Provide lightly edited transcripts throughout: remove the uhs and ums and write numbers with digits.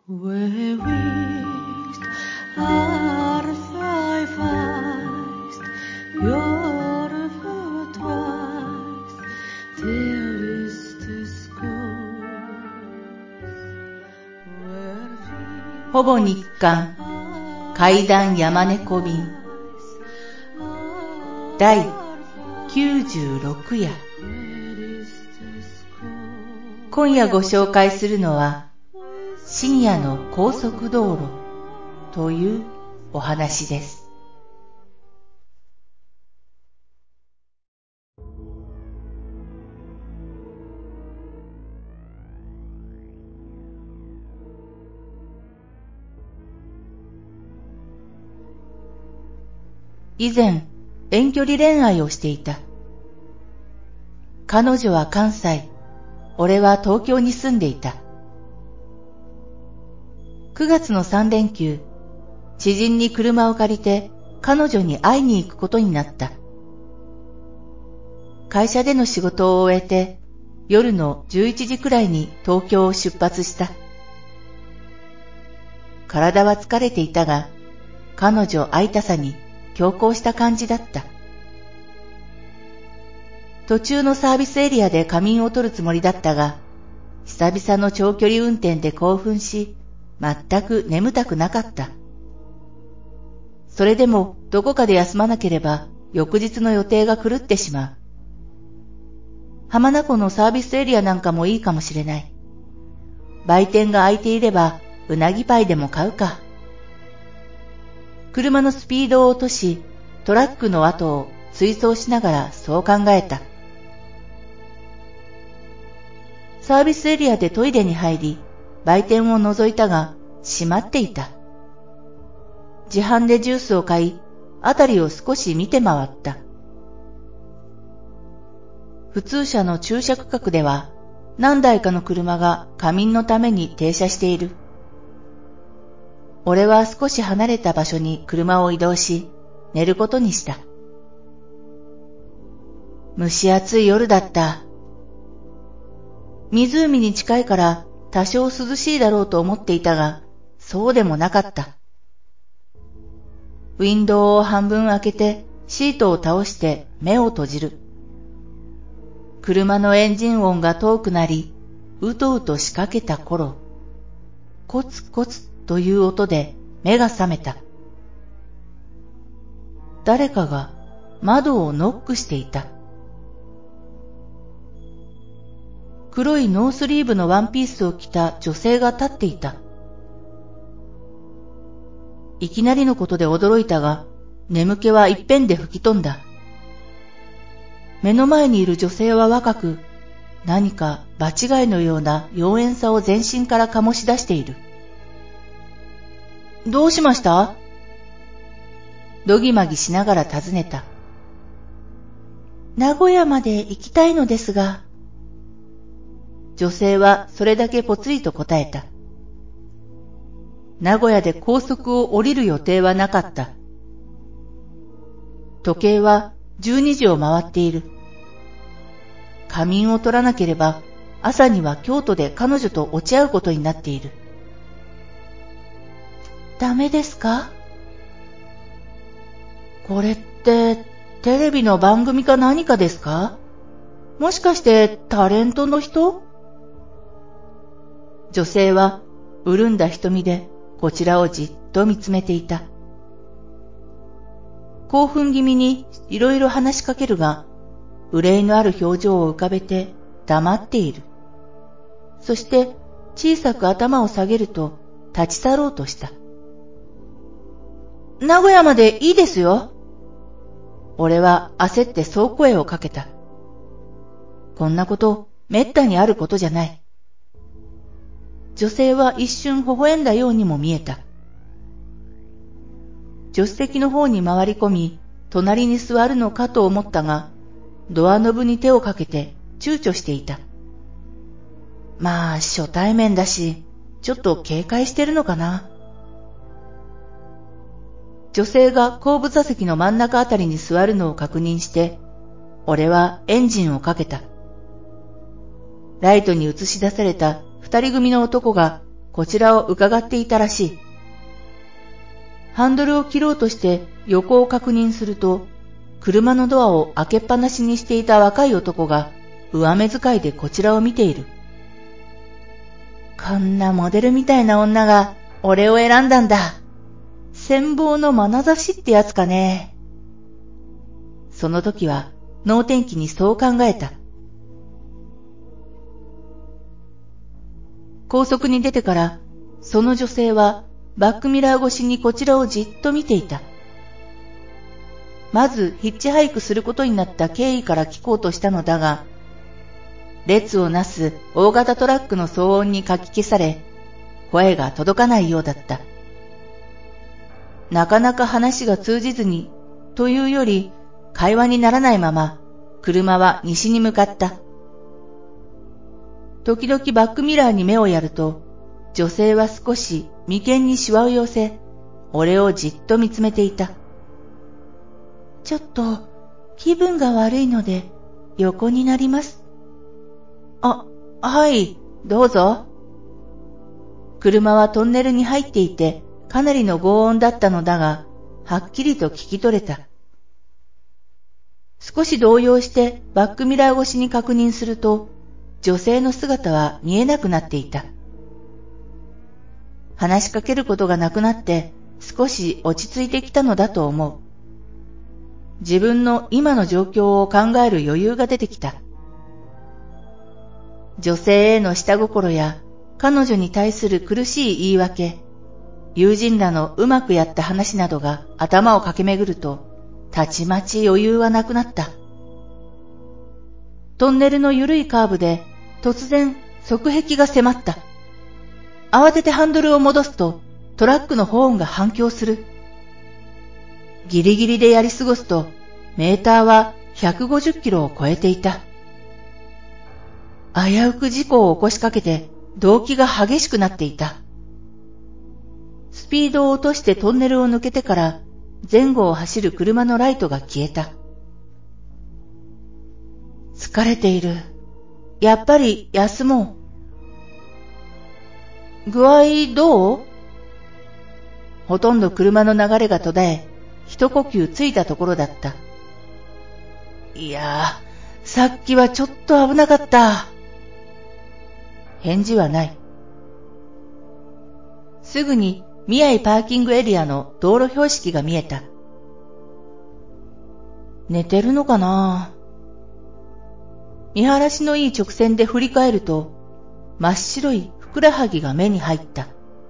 Where wished are five eyes, your foot twice, there is the school. ほぼ日刊怪談山猫便第96夜。今夜ご紹介するのは深夜の高速道路というお話です。以前、遠距離恋愛をしていた。彼女は関西、俺は東京に住んでいた。9月の3連休、知人に車を借りて彼女に会いに行くことになった。会社での仕事を終えて、夜の11時くらいに東京を出発した。体は疲れていたが、彼女会いたさに強行した感じだった。途中のサービスエリアで仮眠を取るつもりだったが、久々の長距離運転で興奮し、全く眠たくなかった。それでもどこかで休まなければ翌日の予定が狂ってしまう。浜名湖のサービスエリアなんかもいいかもしれない。売店が開いていればうなぎパイでも買うか。車のスピードを落とし、トラックの後を追走しながらそう考えた。サービスエリアでトイレに入り、売店を覗いたが閉まっていた。自販でジュースを買い、あたりを少し見て回った。普通車の駐車区画では何台かの車が仮眠のために停車している。俺は少し離れた場所に車を移動し、寝ることにした。蒸し暑い夜だった。湖に近いから多少涼しいだろうと思っていたが、そうでもなかった。ウィンドウを半分開けてシートを倒して目を閉じる。車のエンジン音が遠くなり、うとうと仕掛けた頃、コツコツという音で目が覚めた。誰かが窓をノックしていた。黒いノースリーブのワンピースを着た女性が立っていた。いきなりのことで驚いたが、眠気はいっぺんで吹き飛んだ。目の前にいる女性は若く、何か場違いのような妖艶さを全身から醸し出している。どうしました？どぎまぎしながら尋ねた。名古屋まで行きたいのですが。女性はそれだけぽつりと答えた。名古屋で高速を降りる予定はなかった。時計は12時を回っている。仮眠を取らなければ朝には京都で彼女と落ち合うことになっている。ダメですか？これってテレビの番組か何かですか？もしかしてタレントの人？女性は潤んだ瞳でこちらをじっと見つめていた。興奮気味にいろいろ話しかけるが、憂いのある表情を浮かべて黙っている。そして小さく頭を下げると立ち去ろうとした。名古屋までいいですよ。俺は焦ってそう声をかけた。こんなことめったにあることじゃない。女性は一瞬微笑んだようにも見えた。助手席の方に回り込み、隣に座るのかと思ったが、ドアノブに手をかけて躊躇していた。まあ初対面だし、ちょっと警戒してるのかな。女性が後部座席の真ん中あたりに座るのを確認して、俺はエンジンをかけた。ライトに映し出された二人組の男がこちらを伺っていたらしい。ハンドルを切ろうとして横を確認すると、車のドアを開けっぱなしにしていた若い男が上目遣いでこちらを見ている。こんなモデルみたいな女が俺を選んだんだ。羨望の眼差しってやつかね。その時は能天気にそう考えた。高速に出てから、その女性はバックミラー越しにこちらをじっと見ていた。まずヒッチハイクすることになった経緯から聞こうとしたのだが、列をなす大型トラックの騒音にかき消され、声が届かないようだった。なかなか話が通じずに、というより会話にならないまま、車は西に向かった。時々バックミラーに目をやると、女性は少し眉間にシワを寄せ、俺をじっと見つめていた。ちょっと気分が悪いので横になります。はい、どうぞ。車はトンネルに入っていてかなりの轟音だったのだが、はっきりと聞き取れた。少し動揺してバックミラー越しに確認すると、女性の姿は見えなくなっていた。話しかけることがなくなって少し落ち着いてきたのだと思う。自分の今の状況を考える余裕が出てきた。女性への下心や彼女に対する苦しい言い訳、友人らのうまくやった話などが頭を駆け巡ると、たちまち余裕はなくなった。トンネルの緩いカーブで突然側壁が迫った。慌ててハンドルを戻すとトラックのホーンが反響する。ギリギリでやり過ごすとメーターは150キロを超えていた。危うく事故を起こしかけて動悸が激しくなっていた。スピードを落としてトンネルを抜けてから前後を走る車のライトが消えた。疲れている。やっぱり休もう。具合どう？ほとんど車の流れが途絶え、一呼吸ついたところだった。いやー、さっきはちょっと危なかった。返事はない。すぐに宮井パーキングエリアの道路標識が見えた。寝てるのかな？見晴らしのいい直線で振り返ると、真っ白いふくらはぎが目に入った。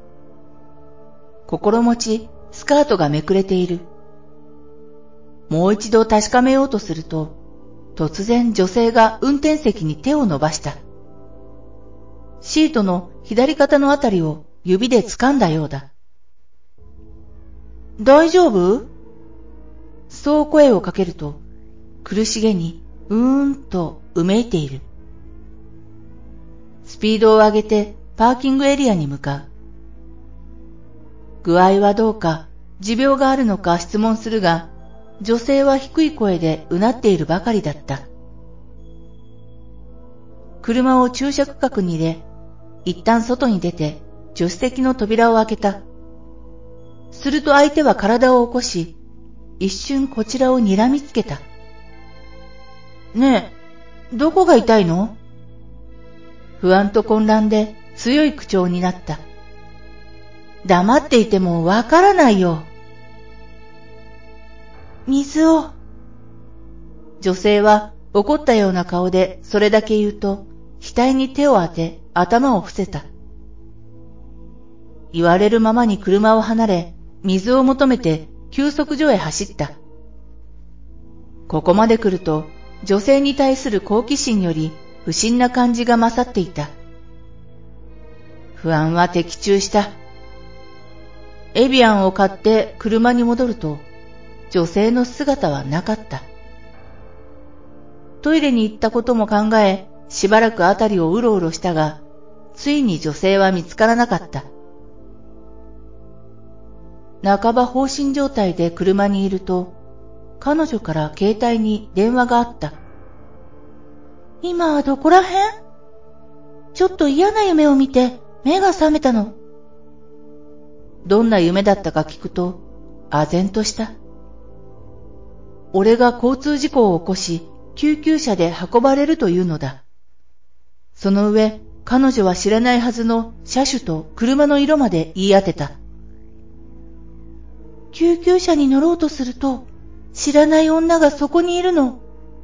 心持ち、スカートがめくれている。もう一度確かめようとすると、突然女性が運転席に手を伸ばした。シートの左肩のあたりを指で掴んだようだ。大丈夫？そう声をかけると、苦しげにとうめいている。スピードを上げてパーキングエリアに向かう。具合はどうか、持病があるのか質問するが、女性は低い声でうなっているばかりだった。車を駐車区画に入れ、一旦外に出て助手席の扉を開けた。すると相手は体を起こし、一瞬こちらを睨みつけた。ねえ、どこが痛いの？不安と混乱で強い口調になった。黙っていてもわからないよ。水を。女性は怒ったような顔でそれだけ言うと、額に手を当て頭を伏せた。言われるままに車を離れ、水を求めて給水所へ走った。ここまで来ると、女性に対する好奇心より不審な感じが勝っていた。不安は的中した。エビアンを買って車に戻ると、女性の姿はなかった。トイレに行ったことも考え、しばらくあたりをうろうろしたが、ついに女性は見つからなかった。半ば放心状態で車にいると、彼女から携帯に電話があった。今どこらへん？ちょっと嫌な夢を見て目が覚めたの。どんな夢だったか聞くと、唖然とした。俺が交通事故を起こし、救急車で運ばれるというのだ。その上、彼女は知らないはずの車種と車の色まで言い当てた。救急車に乗ろうとすると、知らない女がそこにいるの。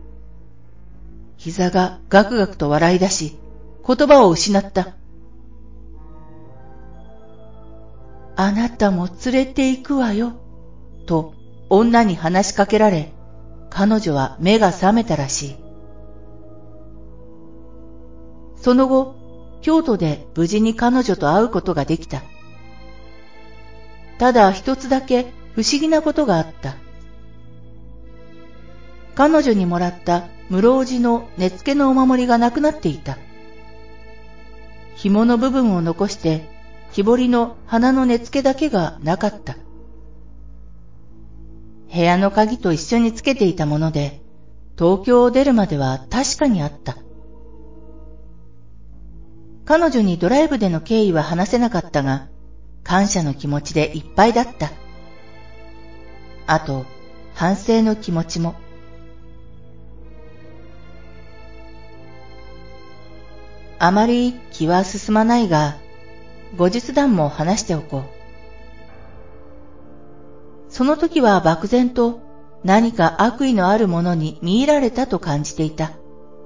膝がガクガクと笑い出し、言葉を失った。あなたも連れて行くわよ、と女に話しかけられ、彼女は目が覚めたらしい。その後、京都で無事に彼女と会うことができた。ただ一つだけ不思議なことがあった。彼女にもらった室生寺の根付のお守りがなくなっていた。紐の部分を残して、木彫りの花の根付だけがなかった。部屋の鍵と一緒につけていたもので、東京を出るまでは確かにあった。彼女にドライブでの経緯は話せなかったが、感謝の気持ちでいっぱいだった。あと、反省の気持ちも。あまり気は進まないが、後日談も話しておこう。その時は漠然と何か悪意のあるものに見入られたと感じていた。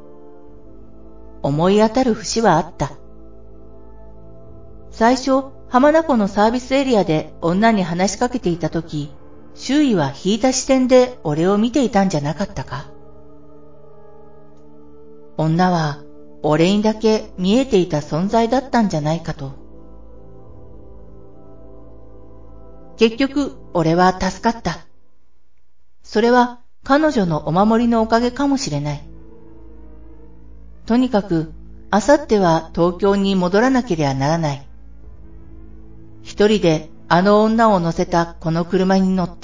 思い当たる節はあった。最初、浜名湖のサービスエリアで女に話しかけていた時、周囲は引いた視線で俺を見ていたんじゃなかったか。女は俺にだけ見えていた存在だったんじゃないかと。結局、俺は助かった。それは彼女のお守りのおかげかもしれない。とにかく、あさっては東京に戻らなければならない。一人であの女を乗せたこの車に乗って。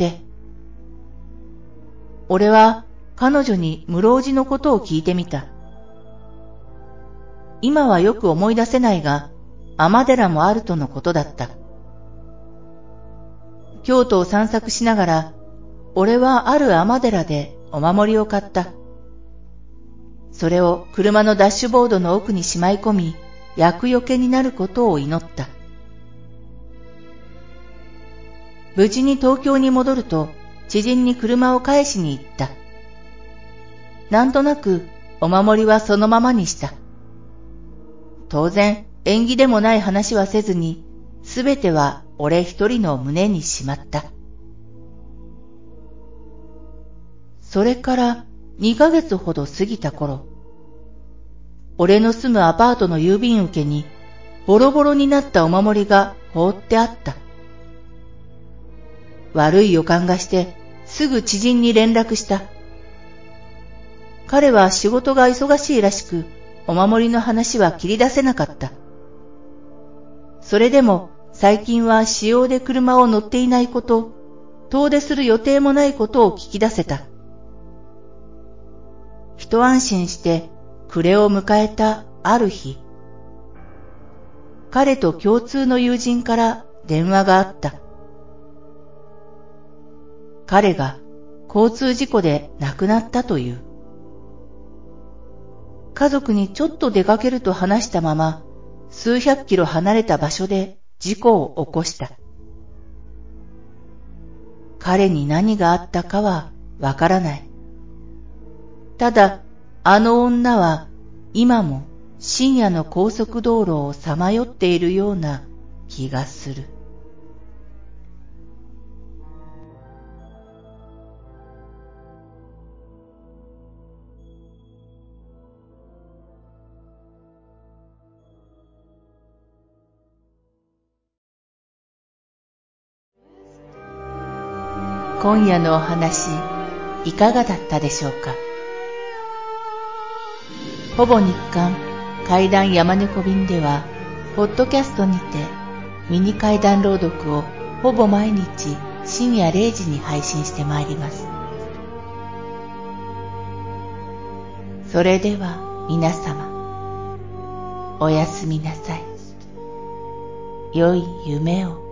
俺は彼女に室生寺のことを聞いてみた。今はよく思い出せないが、尼寺もあるとのことだった。京都を散策しながら、俺はある尼寺でお守りを買った。それを車のダッシュボードの奥にしまい込み、厄除けになることを祈った。無事に東京に戻ると、知人に車を返しに行った。なんとなくお守りはそのままにした。当然縁起でもない話はせずに、すべては俺一人の胸にしまった。それから2ヶ月ほど過ぎた頃、俺の住むアパートの郵便受けにボロボロになったお守りが放ってあった。悪い予感がしてすぐ知人に連絡した。彼は仕事が忙しいらしく、お守りの話は切り出せなかった。それでも最近は私用で車を乗っていないこと、遠出する予定もないことを聞き出せた。一安心して暮れを迎えたある日、彼と共通の友人から電話があった。彼が交通事故で亡くなったという。家族にちょっと出かけると話したまま、数百キロ離れた場所で事故を起こした。彼に何があったかはわからない。ただ、あの女は今も深夜の高速道路をさまよっているような気がする。今夜のお話、いかがだったでしょうか。ほぼ日刊怪談山猫便では、ポッドキャストにてミニ怪談朗読をほぼ毎日深夜0時に配信してまいります。それでは皆様、おやすみなさい。 良い夢を。